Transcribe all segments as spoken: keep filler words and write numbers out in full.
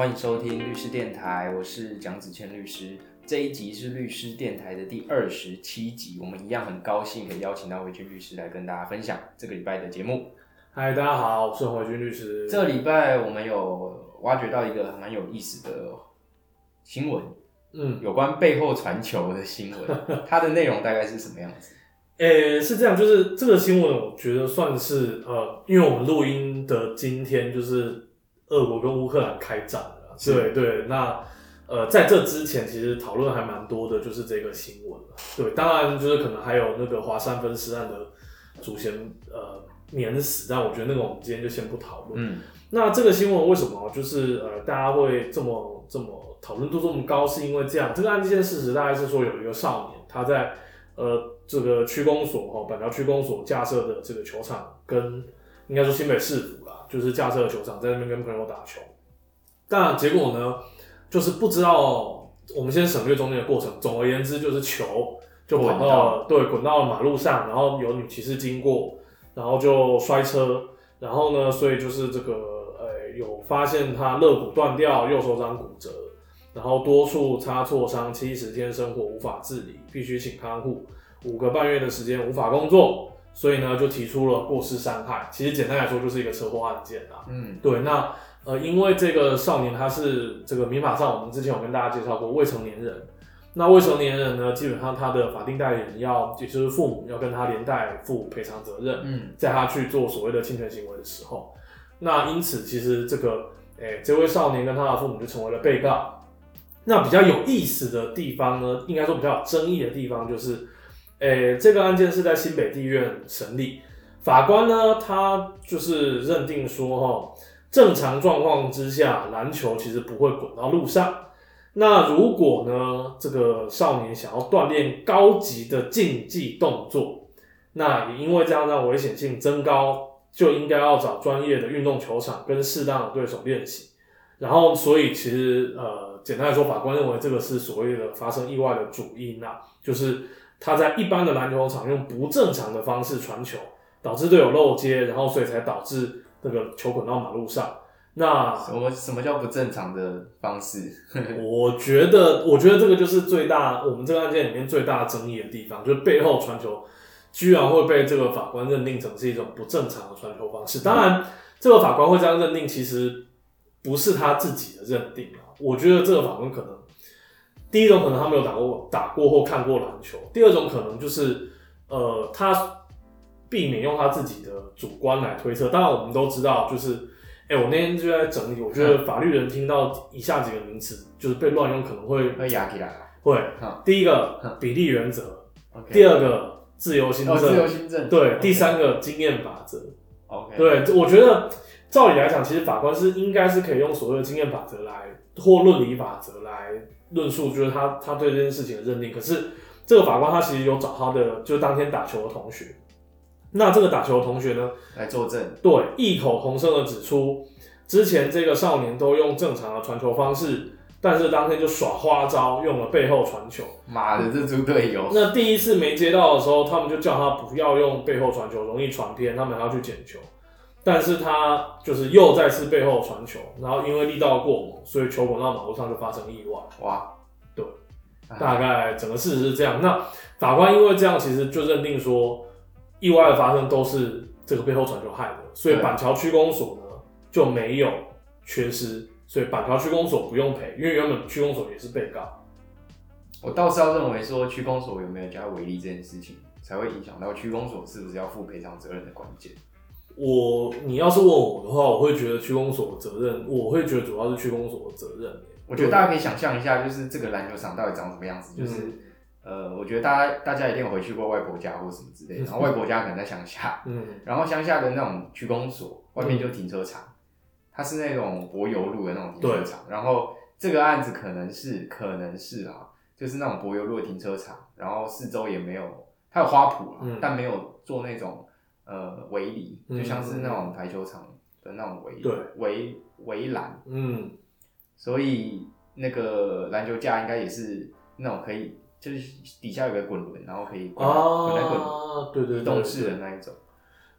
欢迎收听律师电台，我是蒋子谦律师。这一集是律师电台的第二十七集，我们一样很高兴可以邀请到维军律师来跟大家分享这个礼拜的节目。 嗨，大家好，我是维军律师。 这礼拜我们有挖掘到一个蛮有意思的新闻，嗯，有关背后传球的新闻，它的内容大概是什么样子？ 诶、欸，是这样，就是这个新闻，我觉得算是呃，因为我们录音的今天就是俄国跟乌克兰开战了，对对，那呃，在这之前其实讨论还蛮多的，就是这个新闻了，对，当然就是可能还有那个华山分尸案的主嫌呃免死，但我觉得那个我们今天就先不讨论。嗯，那这个新闻为什么就是呃大家会这么这么讨论度这么高，是因为这样，这个案件事实大概是说有一个少年他在呃。这个区公所哈，板桥区公所架设的这个球场，跟应该说新北市府啦，就是架设的球场，在那边跟朋友打球。但结果呢，就是不知道，我们先省略中间的过程。总而言之，就是球就跑到了，对，滚到了马路上，然后有女骑士经过，然后就摔车，然后呢，所以就是这个呃，有发现他肋骨断掉，右手掌骨折，然后多处擦挫伤，七十天生活无法自理，必须请看护。五个半月的时间无法工作，所以呢就提出了过失伤害。其实简单来说就是一个车祸案件啦。嗯，对。那呃，因为这个少年他是这个民法上，我们之前有跟大家介绍过未成年人。那未成年人呢，基本上他的法定代理人要，也就是父母要跟他连带负赔偿责任。嗯，在他去做所谓的侵权行为的时候，那因此其实这个诶、欸，这位少年跟他的父母就成为了被告。那比较有意思的地方呢，应该说比较有争议的地方就是。诶，这个案件是在新北地院审理，法官呢，他就是认定说，哈，正常状况之下，篮球其实不会滚到路上。那如果呢，这个少年想要锻炼高级的竞技动作，那也因为这样让危险性增高，就应该要找专业的运动球场跟适当的对手练习。然后，所以其实呃，简单来说，法官认为这个是所谓的发生意外的主因啊，就是。他在一般的篮球场用不正常的方式传球，导致队友漏接，然后所以才导致这个球滚到马路上。那什么什么叫不正常的方式？ 我觉得，我觉得这个就是最大我们这个案件里面最大争议的地方，就是背后传球居然会被这个法官认定成是一种不正常的传球方式。当然，这个法官会这样认定，其实不是他自己的认定啊。我觉得这个法官可能。第一种可能他没有打过打过或看过篮球，第二种可能就是呃他避免用他自己的主观来推测。当然我们都知道，就是哎、欸，我那天就在整理，我觉得法律人听到以下几个名词就是被乱用，可能会会压起来。 会，第一个比例原则， okay. 第二个自由心证， 哦、自由心证， 对， okay. 第三个经验法则。 OK， 对，我觉得照理来讲，其实法官是应该是可以用所谓的经验法则来或论理法则来。论述就是他他对这件事情的认定，可是这个法官他其实有找他的就是当天打球的同学，那这个打球的同学呢来作证， 对，异口同声的指出，之前这个少年都用正常的传球方式，但是当天就耍花招，用了背后传球。 妈的，这猪队友！ 那第一次没接到的时候，他们就叫他不要用背后传球，容易传偏，他们还要去捡球。但是他就是又再次背后传球，然后因为力道过猛，所以球滚到马路上就发生意外。 哇， 对，大概整个事实是这样。那法官因为这样，其实就认定说，意外的发生都是这个背后传球害的，所以板桥区公所呢就没有缺失，所以板桥区公所不用赔，因为原本区公所也是被告。 我倒是要认为说，区公所有没有加违例这件事情，才会影响到区公所是不是要负赔偿责任的关键。 我，你要是问我的话，我会觉得区公所的责任，我会觉得主要是区公所的责任。 我觉得大家可以想象一下，就是这个篮球场到底长什么样子。就是，嗯、呃，我觉得大家大家一定有回去过外婆家或什么之类的，然后外婆家可能在乡下，嗯，然后乡下的那种区公所外面就停车场，它是那种柏油路的那种停车场。然后这个案子可能是可能是啊，就是那种柏油路的停车场，然后四周也没有，它有花圃啊，嗯、但没有做那种。呃，围篱就像是那种排球场的那种围围围栏，嗯，所以那个篮球架应该也是那种可以，就是底下有个滚轮，然后可以滚滚来滚， 对对， 移动式的那一种。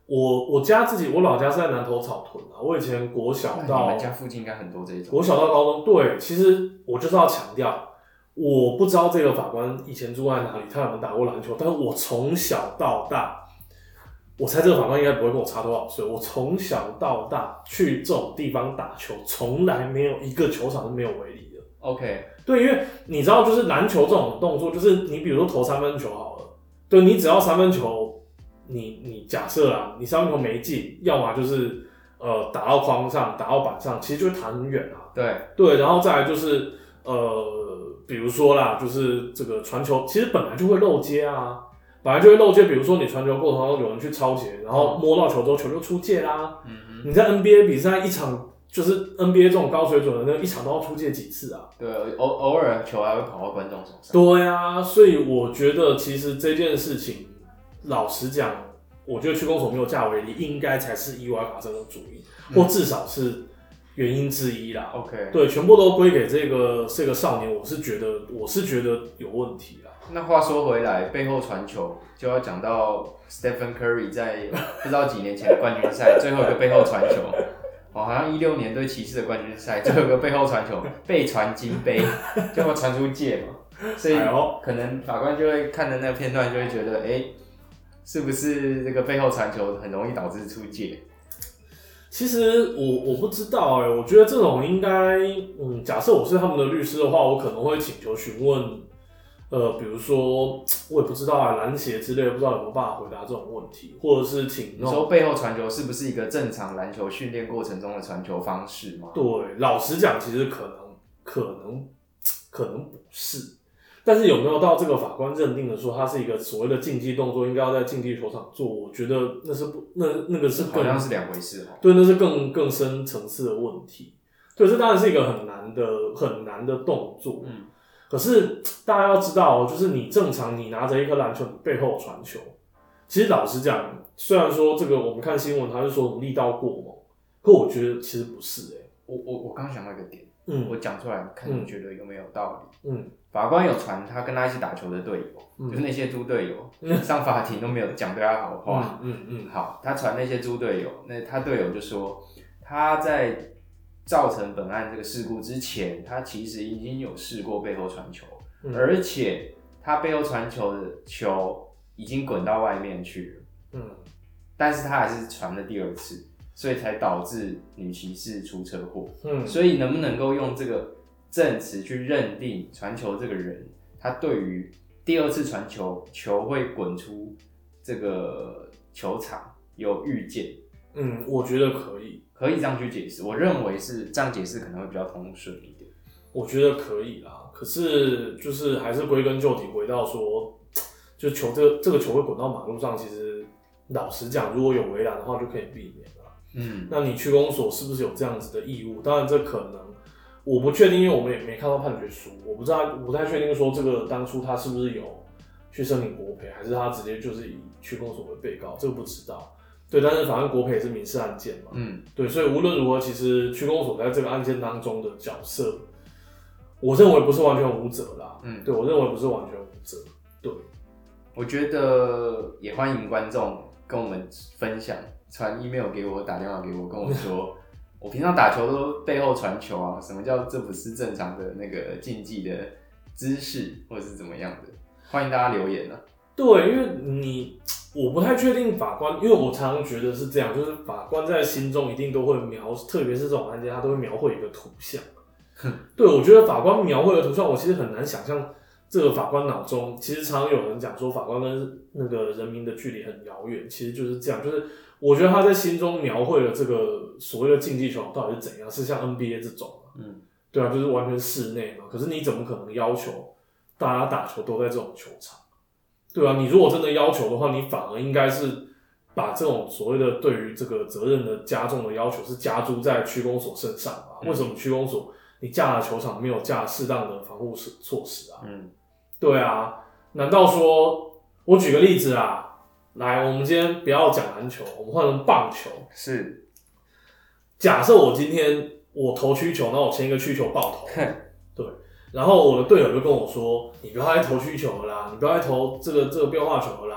我我家自己，我老家是在南投草屯啊。我以前国小到你们家附近应该很多这种。 国小到高中，对，其实我就是要强调，我不知道这个法官以前住在哪里，他有没有打过篮球，但是我从小到大。我猜这个法官应该不会跟我差多少岁。我从小到大去这种地方打球，从来没有一个球场是没有围篱的。 OK， 对，因为你知道，就是篮球这种动作，就是你比如说投三分球好了，对你只要三分球，你你假设啦，你三分球没进，要么就是呃打到框上，打到板上，其实就会弹很远啊。 对对，然后再来就是呃，比如说啦，就是这个传球，其实本来就会漏接啊。本来就会漏接，比如说你传球过程当中有人去抄截，然后摸到球之后球就出界啦。嗯嗯，你在 N B A 比赛一场，就是 N B A 这种高水准的那个一场都要出界几次啊？ 对，偶偶尔球还会跑到观众手上。 对啊，所以我觉得其实这件事情，老实讲，我觉得区公所没有架围篱，应该才是意外发生的主因，嗯、或至少是原因之一啦。 OK， 对，全部都归给这个这个少年，我是觉得我是觉得有问题啦。 那话说回来，背后传球就要讲到 Stephen Curry 在不知道几年前的冠军赛最后一个背后传球，哦，好像一六年对骑士的冠军赛最后一个背后传球被传金杯，就会传出界嘛，所以可能法官就会看的那个片段就会觉得，哎、欸，是不是这个背后传球很容易导致出界？ 其实我我不知道哎、欸，我觉得这种应该，嗯，假设我是他们的律师的话，我可能会请求询问。呃，比如说，我也不知道啊，篮协之类的，不知道有没有办法回答这种问题，或者是请你说背后传球是不是一个正常篮球训练过程中的传球方式吗？ 对，老实讲，其实可能、可能、可能不是，但是有没有到这个法官认定的说它是一个所谓的竞技动作，应该要在竞技球场做？我觉得那是不，那那个是更好像是两回事哦。 对，那是更更深层次的问题。对，这当然是一个很难的、很难的动作。嗯。可是大家要知道哦，就是你正常你拿着一颗篮球，你背后传球，其实老实讲，虽然说这个我们看新闻，他是说力道过猛，可我觉得其实不是哎、欸。 我我我刚想到一个点， 嗯， 我讲出来，看你觉得有没有道理？ 嗯， 法官有传他跟他一起打球的队友，嗯、就是那些猪队友，嗯、上法庭都没有讲对他好话。 嗯嗯嗯， 好，他传那些猪队友，那他队友就说他在。造成本案这个事故之前，他其实已经有试过背后传球，嗯、而且他背后传球的球已经滚到外面去了，嗯，但是他还是传了第二次，所以才导致女骑士出车祸，嗯，所以能不能够用这个证词去认定传球这个人，他对于第二次传球球会滚出这个球场有预见？ 嗯，我觉得可以。 可以这样去解释，我认为是这样解释可能会比较通顺一点。 我觉得可以啦，可是就是还是归根究底回到说，就球这个这个球会滚到马路上，其实老实讲，如果有围栏的话就可以避免了。嗯，那你区公所是不是有这样子的义务？当然这可能我不确定，因为我们也没看到判决书，我不知道，我不太确定说这个当初他是不是有去申请国赔，还是他直接就是以区公所为被告，这个不知道。对，但是反正国赔是民事案件嘛，嗯，对，所以无论如何，其实区公所在这个案件当中的角色，我认为不是完全无责啦，嗯，对我认为不是完全无责，对， 我觉得也欢迎观众跟我们分享，传 email 给我，打电话给我，跟我说，我平常打球都背后传球啊，什么叫这不是正常的那个竞技的姿势，或者是怎么样的，欢迎大家留言啊。 对，因为你。我不太确定法官，因为我常常觉得是这样，就是法官在心中一定都会描，特别是这种案件，他都会描绘一个图像。对，我觉得法官描绘的图像，我其实很难想象这个法官脑中，其实常常有人讲说法官跟那个人民的距离很遥远，其实就是这样，就是我觉得他在心中描绘了这个所谓的竞技球场到底是怎样，是像 N B A 这种嘛，嗯，对啊，就是完全室内嘛，可是你怎么可能要求大家打球都在这种球场？对啊，你如果真的要求的话，你反而应该是把这种所谓的对于这个责任的加重的要求是加诸在区公所身上啊。嗯、为什么区公所你架了球场没有架适当的防护措施啊？嗯，对啊，难道说我举个例子啊，来，我们今天不要讲篮球，我们换成棒球。 是， 假设我今天我投曲球，然后我前一个曲球爆头，对。然后我的队友就跟我说：“你不要再投曲球了啦，你不要再投这个这个变化球了啦，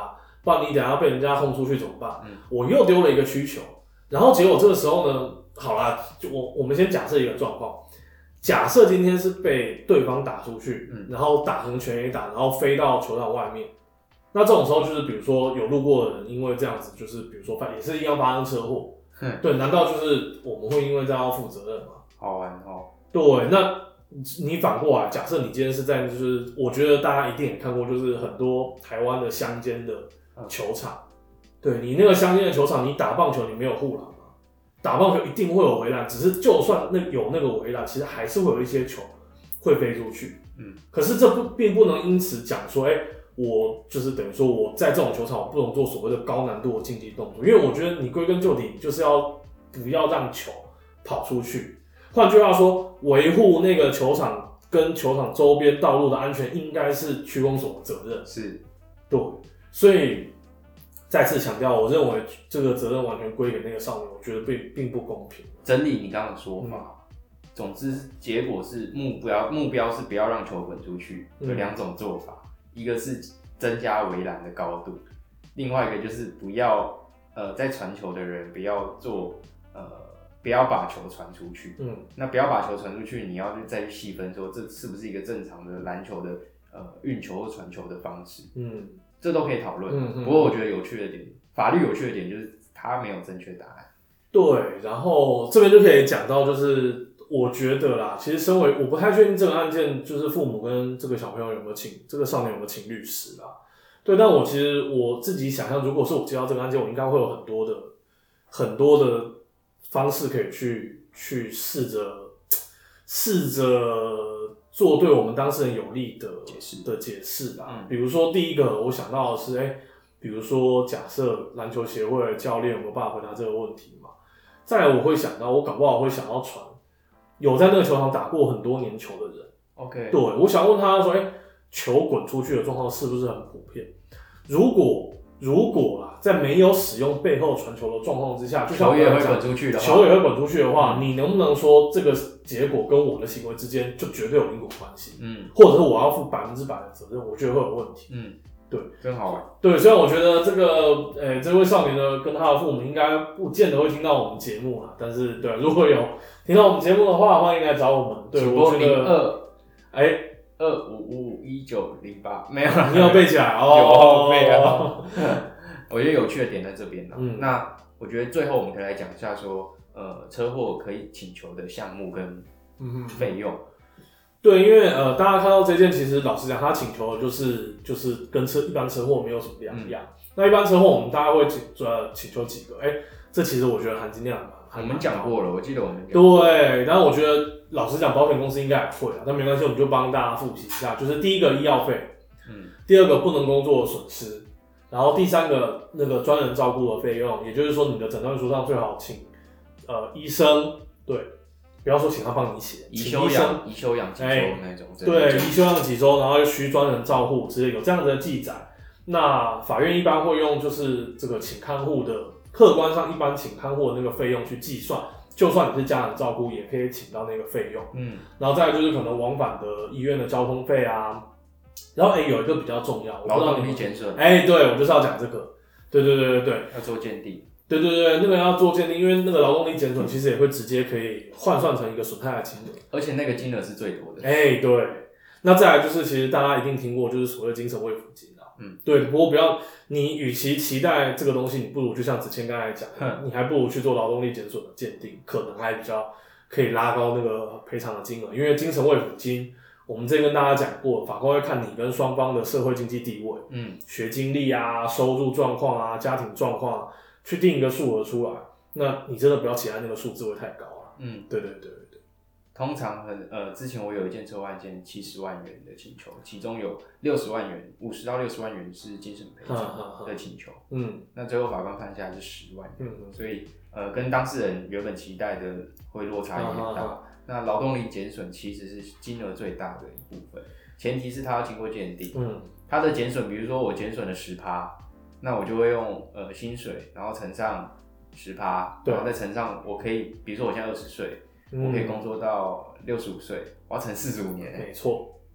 不然你等一下被人家轰出去怎么办？嗯、我又丢了一个需求，然后结果这个时候呢，好啦，就我我们先假设一个状况，假设今天是被对方打出去，嗯、然后打成全垒打，然后飞到球场外面，那这种时候就是比如说有路过的人因为这样子，就是比如说也是一样发生车祸，嗯、对，难道就是我们会因为这样要负责任吗？ 好玩哦。 对，那你反过来，假设你今天是在，就是我觉得大家一定也看过，就是很多台湾的乡间的球场，对你那个乡间的球场，你打棒球你没有护栏嘛？打棒球一定会有围栏，只是就算那有那个围栏，其实还是会有一些球会飞出去。嗯，可是这不并不能因此讲说，哎、欸，我就是等于说我在这种球场我不能做所谓的高难度的竞技动作，因为我觉得你归根究底，你就是要不要让球跑出去。换句话说，维护那个球场跟球场周边道路的安全，应该是区公所的责任。 是， 对，所以再次强调，我认为这个责任完全归给那个少年，我觉得并并不公平。 整理你刚刚的说法，嗯、总之结果是目标目标是不要让球滚出去，有两种做法，嗯、一个是增加围栏的高度，另外一个就是不要呃在传球的人不要做呃。不要把球传出去，嗯，那不要把球传出去，你要再去细分说这是不是一个正常的篮球的呃运球或传球的方式，嗯，这都可以讨论。嗯嗯、不过我觉得有趣的点，法律有趣的点就是它没有正确答案。 对，然后这边就可以讲到，就是我觉得啦，其实身为我不太确定这个案件，就是父母跟这个小朋友有没有请这个少年有没有请律师啦。对，但我其实我自己想象，如果是我接到这个案件，我应该会有很多的很多的。方式可以去去试着试着做对我们当事人有利的解释的解释啦。嗯、比如说第一个我想到的是，哎、欸，比如说假设篮球协会的教练有没有办法回答这个问题嘛？再来我会想到，我搞不好会想要传有在那个球场打过很多年球的人。 OK， 对，我想问他说，哎、欸，球滚出去的状况是不是很普遍？如果如果啦，在没有使用背后传球的状况之下，就像球也会滚出去的话， 球也会滚出去的话，嗯、你能不能说这个结果跟我的行为之间就绝对有因果关系？嗯，或者是我要负百分之百的责任？我觉得会有问题。嗯，对， 真好玩。 对，虽然我觉得这个，诶、欸，这位少年呢，跟他的父母应该不见得会听到我们节目啦，但是对，如果有听到我们节目的话，欢迎来找我们。对，我觉得，哎。 二五五一九零八没有， 你有背起来哦？ 有背啊！我觉得有趣的点在这边啦。嗯，那我觉得最后我们可以来讲一下说，呃，车祸可以请求的项目跟费用。嗯、 对，因为呃，大家看到这件，其实老实讲，他请求的就是就是跟车一般车祸没有什么两样。嗯、那一般车祸我们大概会请主要请求几个？哎、欸，这其实我觉得含金量蛮。 我们讲过了，我记得我们讲过。 对，然后我觉得老实讲，保险公司应该也会啊，但没关系，我们就帮大家复习一下。就是第一个医药费，嗯，第二个不能工作的损失，然后第三个那个专人照顾的费用，也就是说你的诊断书上最好请呃医生，对，不要说请他帮你写， 宜休养宜休养几周那种， 对，宜休养几周，然后需专人照护之类，有这样的记载。那法院一般会用就是这个请看护的。客观上一般请看护的那个费用去计算，就算你是家人照顾，也可以请到那个费用。嗯，然后再来就是可能往返的医院的交通费啊，然后哎、欸、有一个比较重要， 劳动力减损。 哎、欸，对我就是要讲这个，对对对对对， 要做鉴定。 对对对，那个要做鉴定，因为那个劳动力减损其实也会直接可以换算成一个损害的金额， 而且那个金额是最多的。 哎、欸，对，那再来就是其实大家一定听过，就是所谓的精神慰抚金。嗯，对，不过不要，你与其期待这个东西，你不如就像子谦刚才讲的，你还不如去做劳动力减损的鉴定，可能还比较可以拉高那个赔偿的金额。因为精神慰抚金，我们之前跟大家讲过，法官会看你跟双方的社会经济地位，嗯，学经历啊、收入状况啊、家庭状况啊，去定一个数额出来。那你真的不要期待那个数字会太高了。嗯，对对对对对。 通常很呃，之前我有一件车祸案件，七十万元的请求，其中有六十万元，五十到六十万元是精神赔偿的请求。嗯，那最后法官判下来是十万元，嗯、所以呃，跟当事人原本期待的会落差有点大。那劳动力减损其实是金额最大的一部分，前提是他要经过鉴定。嗯，他的减损，比如说我减损了十趴，那我就会用呃薪水，然后乘上十趴，然后再乘上我可以，比如说我现在二十岁。我可以工作到六十五岁，我要乘四十五年、欸。 没错，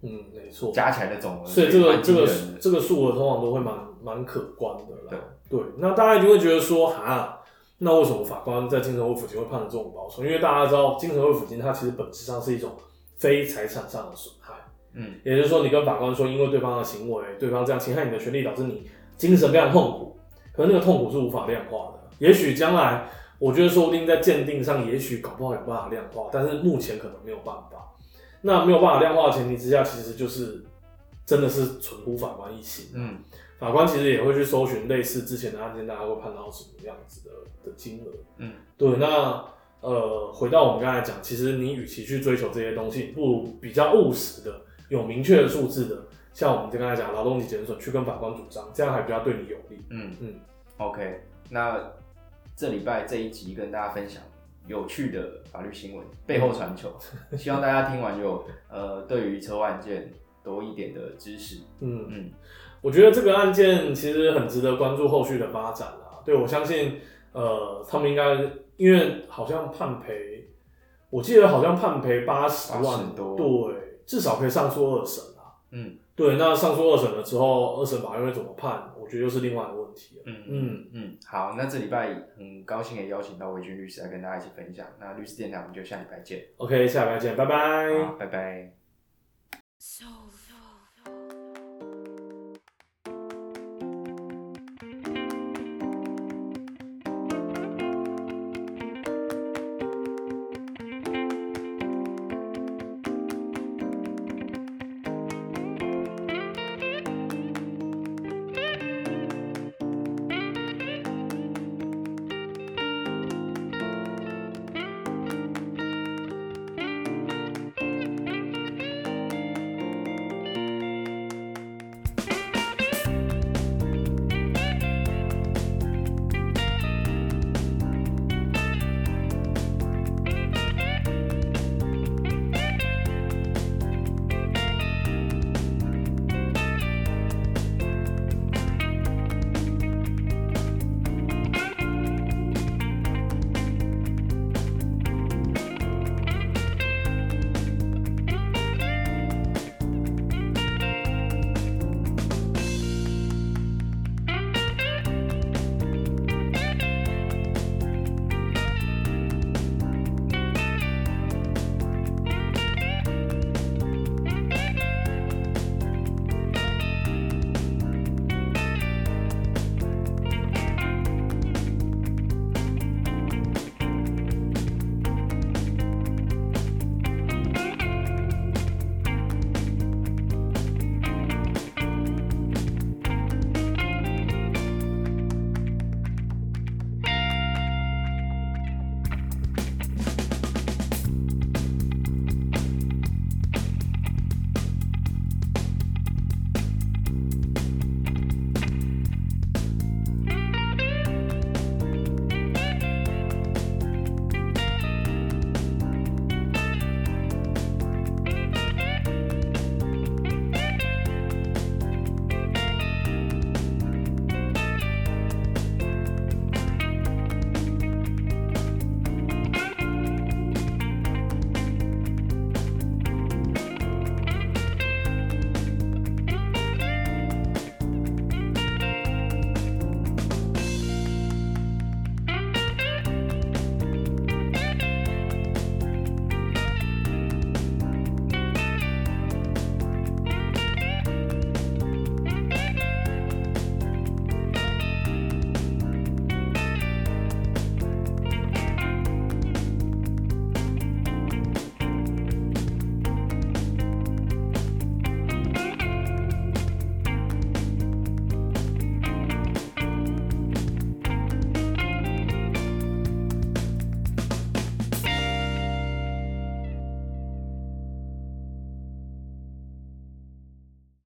嗯，没错， 加起来的总额， 所以这个这个这个数额通常都会蛮蛮可观的啦。对对，那大家一定会觉得说，哈，那为什么法官在精神慰抚金会判的这种保守？因为大家知道，精神慰抚金它其实本质上是一种非财产上的损害。嗯，也就是说，你跟法官说，因为对方的行为，对方这样侵害你的权利，导致你精神非常痛苦，可是那个痛苦是无法量化的。也许将来，我觉得说不定在鉴定上，也许搞不好有办法量化，但是目前可能没有办法。那没有办法量化的前提之下，其实就是真的是存乎法官一心。嗯，法官其实也会去搜寻类似之前的案件，大家会判到什么样子的的金额。嗯，对。那呃，回到我们刚才讲，其实你与其去追求这些东西，不如比较务实的、有明确的数字的，像我们刚才讲劳动力减损，去跟法官主张，这样还比较对你有利。嗯嗯。 OK， 那这礼拜这一集跟大家分享有趣的法律新闻背后传球，希望大家听完有呃对于车祸案件多一点的知识。嗯嗯，我觉得这个案件其实很值得关注后续的发展啦。对，我相信呃他们应该因为好像判赔，我记得好像判赔八十万多， 对，至少可以上诉二审啦。嗯，对，那上诉二审了之后，二审法院会怎么判？我觉得又是另外的问题了。 嗯嗯嗯，好，那这礼拜很高兴也邀请到维军律师来跟大家一起分享。那律师电台我们就下礼拜见。 OK， 下礼拜见，拜拜。 好，拜拜。So